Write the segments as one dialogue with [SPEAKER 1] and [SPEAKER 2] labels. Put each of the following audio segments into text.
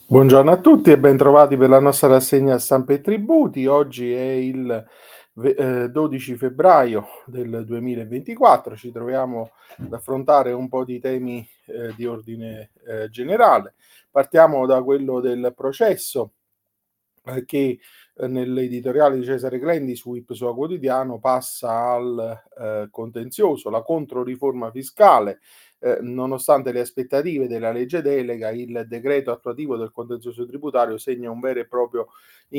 [SPEAKER 1] Buongiorno a tutti e bentrovati per la nostra rassegna stampa e tributi. Oggi è il 12 febbraio del 2024. Ci troviamo ad affrontare un po' di temi di ordine generale. Partiamo da quello del processo che nell'editoriale di Cesare Glendi su Ipsoa Quotidiano passa al contenzioso, la controriforma fiscale. Nonostante le aspettative della legge delega, il decreto attuativo del contenzioso tributario segna un vero e proprio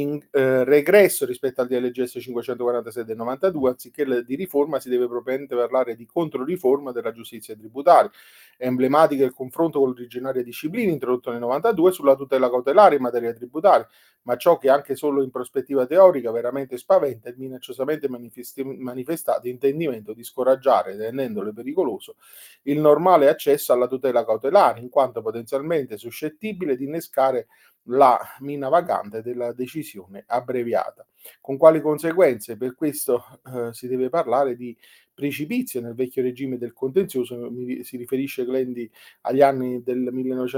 [SPEAKER 1] regresso rispetto al DLGS 546 del 92. Anziché di riforma si deve propriamente parlare di controriforma della giustizia tributaria. È emblematico il confronto con l'originaria disciplina introdotta nel 92 sulla tutela cautelare in materia tributaria, ma ciò che anche solo in prospettiva teorica veramente spaventa è il minacciosamente manifestato intendimento di scoraggiare, rendendolo pericoloso, il normale accesso alla tutela cautelare, in quanto potenzialmente suscettibile di innescare la mina vagante della decisione abbreviata. Con quali conseguenze? Per questo si deve parlare di precipizio nel vecchio regime del contenzioso, si riferisce Glendi agli anni del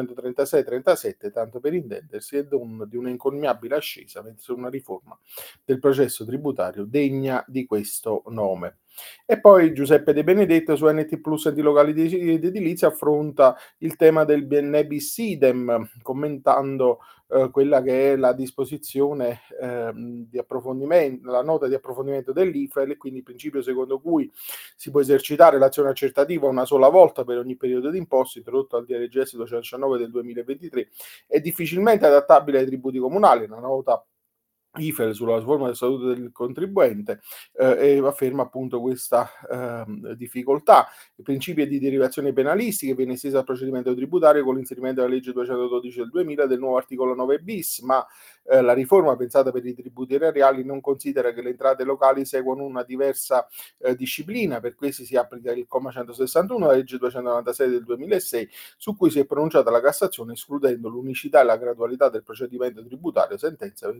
[SPEAKER 1] 1936-37, tanto per intendersi, e di una incommiabile ascesa verso una riforma del processo tributario degna di questo nome. E poi Giuseppe De Benedetto su NT Plus Enti Locali di Edilizia affronta il tema del BNE bis idem, commentando quella che è la disposizione di approfondimento, la nota di approfondimento dell'IFEL, e quindi il principio secondo cui si può esercitare l'azione accertativa una sola volta per ogni periodo d'imposta, introdotto dal DLGS 219 del 2023, è difficilmente adattabile ai tributi comunali. Una nota IFEL sulla forma del statuto del contribuente e afferma appunto questa difficoltà. Il principio di derivazione penalistica viene estesa al procedimento tributario con l'inserimento della legge 212 del 2000 del nuovo articolo 9 bis, ma la riforma pensata per i tributi erariali non considera che le entrate locali seguono una diversa disciplina. Per questi si applica il comma 161 della legge 296 del 2006, su cui si è pronunciata la Cassazione escludendo l'unicità e la gradualità del procedimento tributario, sentenza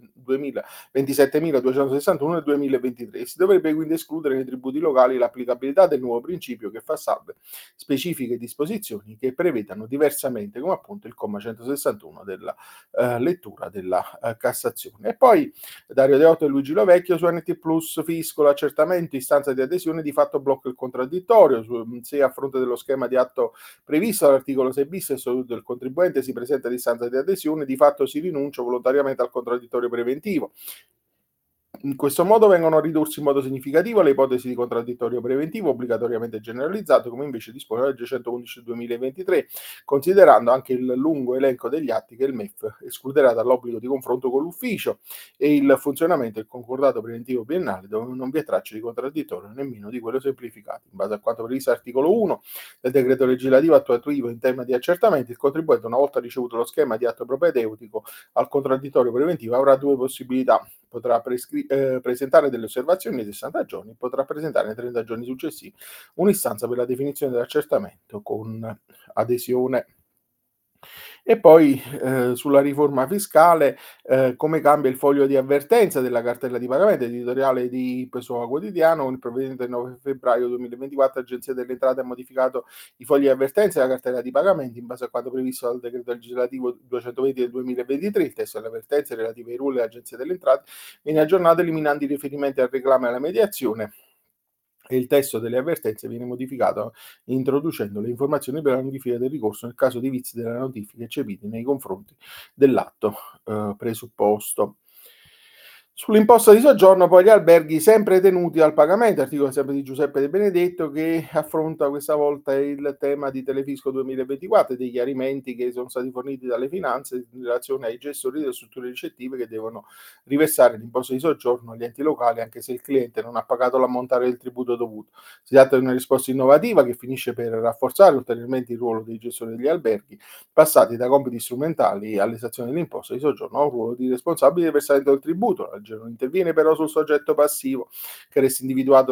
[SPEAKER 1] 27.261 del 2023. Si dovrebbe quindi escludere nei tributi locali l'applicabilità del nuovo principio che fa salve specifiche disposizioni che prevedano diversamente, come appunto il comma 161 della lettura della Cassazione. E poi Dario Deotto e Luigi Lovecchio su NT Plus fisco, l'accertamento, istanza di adesione di fatto blocca il contraddittorio, se a fronte dello schema di atto previsto dall'articolo 6 bis del statuto del contribuente si presenta l'istanza di adesione, di fatto si rinuncia volontariamente al contraddittorio preventivo. In questo modo vengono ridursi in modo significativo le ipotesi di contraddittorio preventivo obbligatoriamente generalizzato, come invece dispone la legge 111 2023, considerando anche il lungo elenco degli atti che il MEF escluderà dall'obbligo di confronto con l'ufficio e il funzionamento del concordato preventivo biennale, dove non vi è traccia di contraddittorio, nemmeno di quello semplificato. In base a quanto previsto all'articolo 1 del decreto legislativo attuativo in tema di accertamenti, il contribuente, una volta ricevuto lo schema di atto propedeutico al contraddittorio preventivo, avrà due possibilità: potrà presentare delle osservazioni nei 60 giorni, potrà presentare nei 30 giorni successivi un'istanza per la definizione dell'accertamento con adesione. E poi sulla riforma fiscale, come cambia il foglio di avvertenza della cartella di pagamento, editoriale di Pessoa Quotidiano, con il provvedimento del 9 febbraio 2024 l'Agenzia delle Entrate ha modificato i fogli di avvertenza della cartella di pagamenti in base a quanto previsto dal decreto legislativo 220 del 2023. Il testo delle avvertenze relative ai ruoli dell'Agenzia delle Entrate viene aggiornato eliminando i riferimenti al reclamo e alla mediazione, e il testo delle avvertenze viene modificato introducendo le informazioni per la notifica del ricorso nel caso di vizi della notifica eccepiti nei confronti dell'atto presupposto. Sull'imposta di soggiorno poi gli alberghi sempre tenuti al pagamento, articolo sempre di Giuseppe De Benedetto, che affronta questa volta il tema di Telefisco 2024 e dei chiarimenti che sono stati forniti dalle finanze in relazione ai gestori delle strutture ricettive che devono riversare l'imposta di soggiorno agli enti locali anche se il cliente non ha pagato l'ammontare del tributo dovuto. Si tratta di una risposta innovativa che finisce per rafforzare ulteriormente il ruolo dei gestori degli alberghi, passati da compiti strumentali all'esazione dell'imposta di soggiorno a un ruolo di responsabile del versamento del tributo. La legge. Non interviene però sul soggetto passivo che resta individuato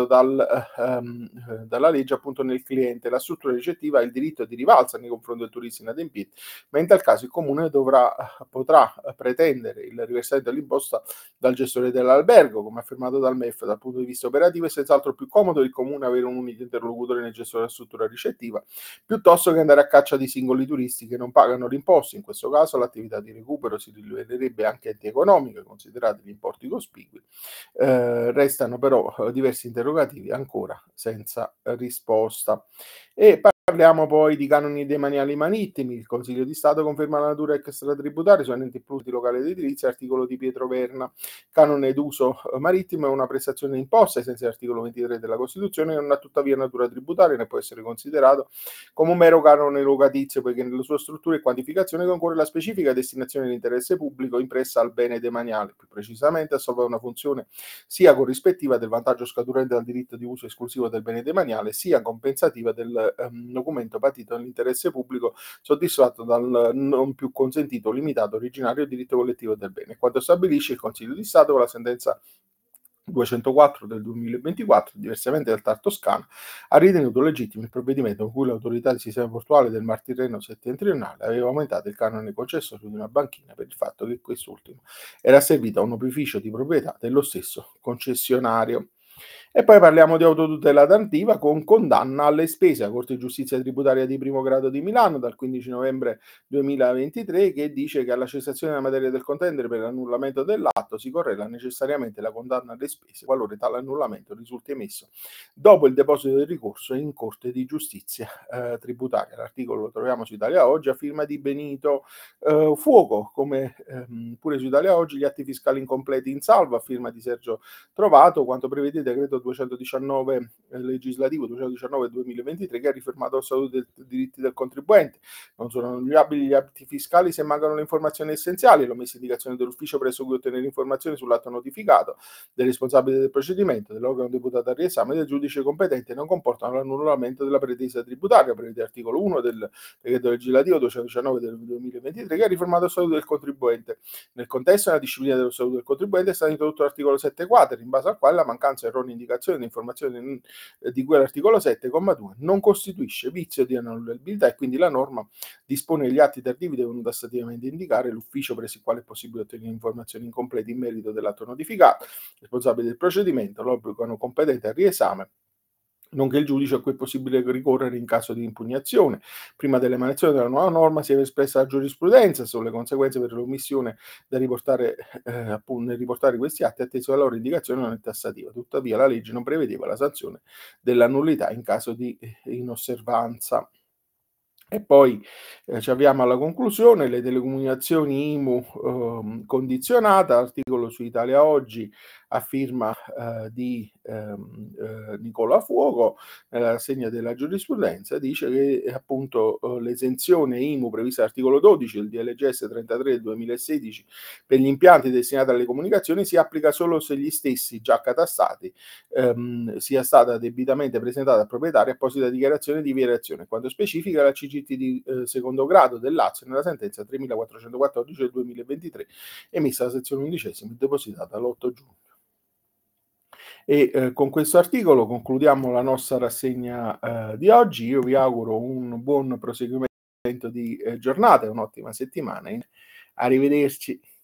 [SPEAKER 1] dalla legge appunto nel cliente. La struttura ricettiva ha il diritto di rivalsa nei confronti del turista inadempiente, ma in tal caso il comune potrà pretendere il riversamento dell'imposta dal gestore dell'albergo, come affermato dal MEF. Dal punto di vista operativo è senz'altro più comodo il comune avere un unico interlocutore nel gestore della struttura ricettiva, piuttosto che andare a caccia di singoli turisti che non pagano l'imposta. In questo caso l'attività di recupero si rivelerebbe anche antieconomica, considerati gli importi cospicui. Restano però diversi interrogativi ancora senza risposta. E parliamo poi di canoni demaniali marittimi. Il Consiglio di Stato conferma la natura extratributaria sugli enti pubblici locali ed edilizi, articolo di Pietro Verna. Canone d'uso marittimo è una prestazione imposta ai sensi dell'articolo 23 della Costituzione, che non ha tuttavia natura tributaria né può essere considerato come un mero canone erogatizio, poiché nella sua struttura e quantificazione concorre la specifica destinazione dell'interesse pubblico impressa al bene demaniale. Più precisamente assolve una funzione sia corrispettiva del vantaggio scaturente dal diritto di uso esclusivo del bene demaniale, sia compensativa del documento patito nell'interesse pubblico soddisfatto dal non più consentito o limitato originario diritto collettivo del bene. Quanto stabilisce il Consiglio di Stato con la sentenza 204 del 2024, diversamente dal TAR Toscana, ha ritenuto legittimo il provvedimento con cui l'autorità del sistema portuale del Mar Tirreno settentrionale aveva aumentato il canone concesso di una banchina per il fatto che quest'ultimo era servito a un opificio di proprietà dello stesso concessionario. E poi parliamo di autotutela dativa con condanna alle spese. La Corte di Giustizia Tributaria di Primo Grado di Milano dal 15 novembre 2023 che dice che alla cessazione della materia del contendere per l'annullamento dell'atto si correla necessariamente la condanna alle spese qualora tale annullamento risulti emesso dopo il deposito del ricorso in Corte di Giustizia Tributaria. L'articolo lo troviamo su Italia Oggi a firma di Benito Fuoco, come pure su Italia Oggi gli atti fiscali incompleti in salvo a firma di Sergio Trovato, quanto prevede il decreto 219 legislativo 219-2023 che ha riformato lo statuto dei diritti del contribuente. Non sono annullabili gli atti fiscali se mancano le informazioni essenziali, l'omessa indicazione dell'ufficio presso cui ottenere informazioni sull'atto notificato, del responsabile del procedimento, dell'organo deputato al riesame e del giudice competente non comportano l'annullamento della pretesa tributaria, prevede l'articolo 1 del decreto legislativo 219 del 2023 che ha riformato lo statuto del contribuente. Nel contesto della disciplina dello statuto del contribuente è stato introdotto l'articolo 7 quater, in base al quale la mancanza erronea indicazione di informazioni di cui all'articolo 7,2 non costituisce vizio di annullabilità e quindi la norma dispone che gli atti tardivi devono tassativamente indicare l'ufficio presso il quale è possibile ottenere informazioni incomplete in merito dell'atto notificato, responsabile del procedimento, l'organo competente al riesame, nonché il giudice a cui è possibile ricorrere in caso di impugnazione. Prima dell'emanazione della nuova norma si è espressa la giurisprudenza sulle conseguenze per l'omissione da riportare, nel riportare questi atti atteso alla loro indicazione non è tassativa. Tuttavia la legge non prevedeva la sanzione della nullità in caso di inosservanza. E poi ci avviamo alla conclusione, le telecomunicazioni IMU condizionata, articolo su Italia Oggi a firma di Nicola Fuoco, nella rassegna della giurisprudenza, dice che appunto l'esenzione IMU prevista all'articolo 12 del DLGS 33 del 2016 per gli impianti destinati alle comunicazioni si applica solo se gli stessi già catastati sia stata debitamente presentata al proprietario apposita dichiarazione di variazione, quanto specifica la CGT di secondo grado del Lazio nella sentenza 3414 del 2023 emessa alla sezione 11 e depositata l'8 giugno. E con questo articolo concludiamo la nostra rassegna di oggi. Io vi auguro un buon proseguimento di giornata e un'ottima settimana. Arrivederci.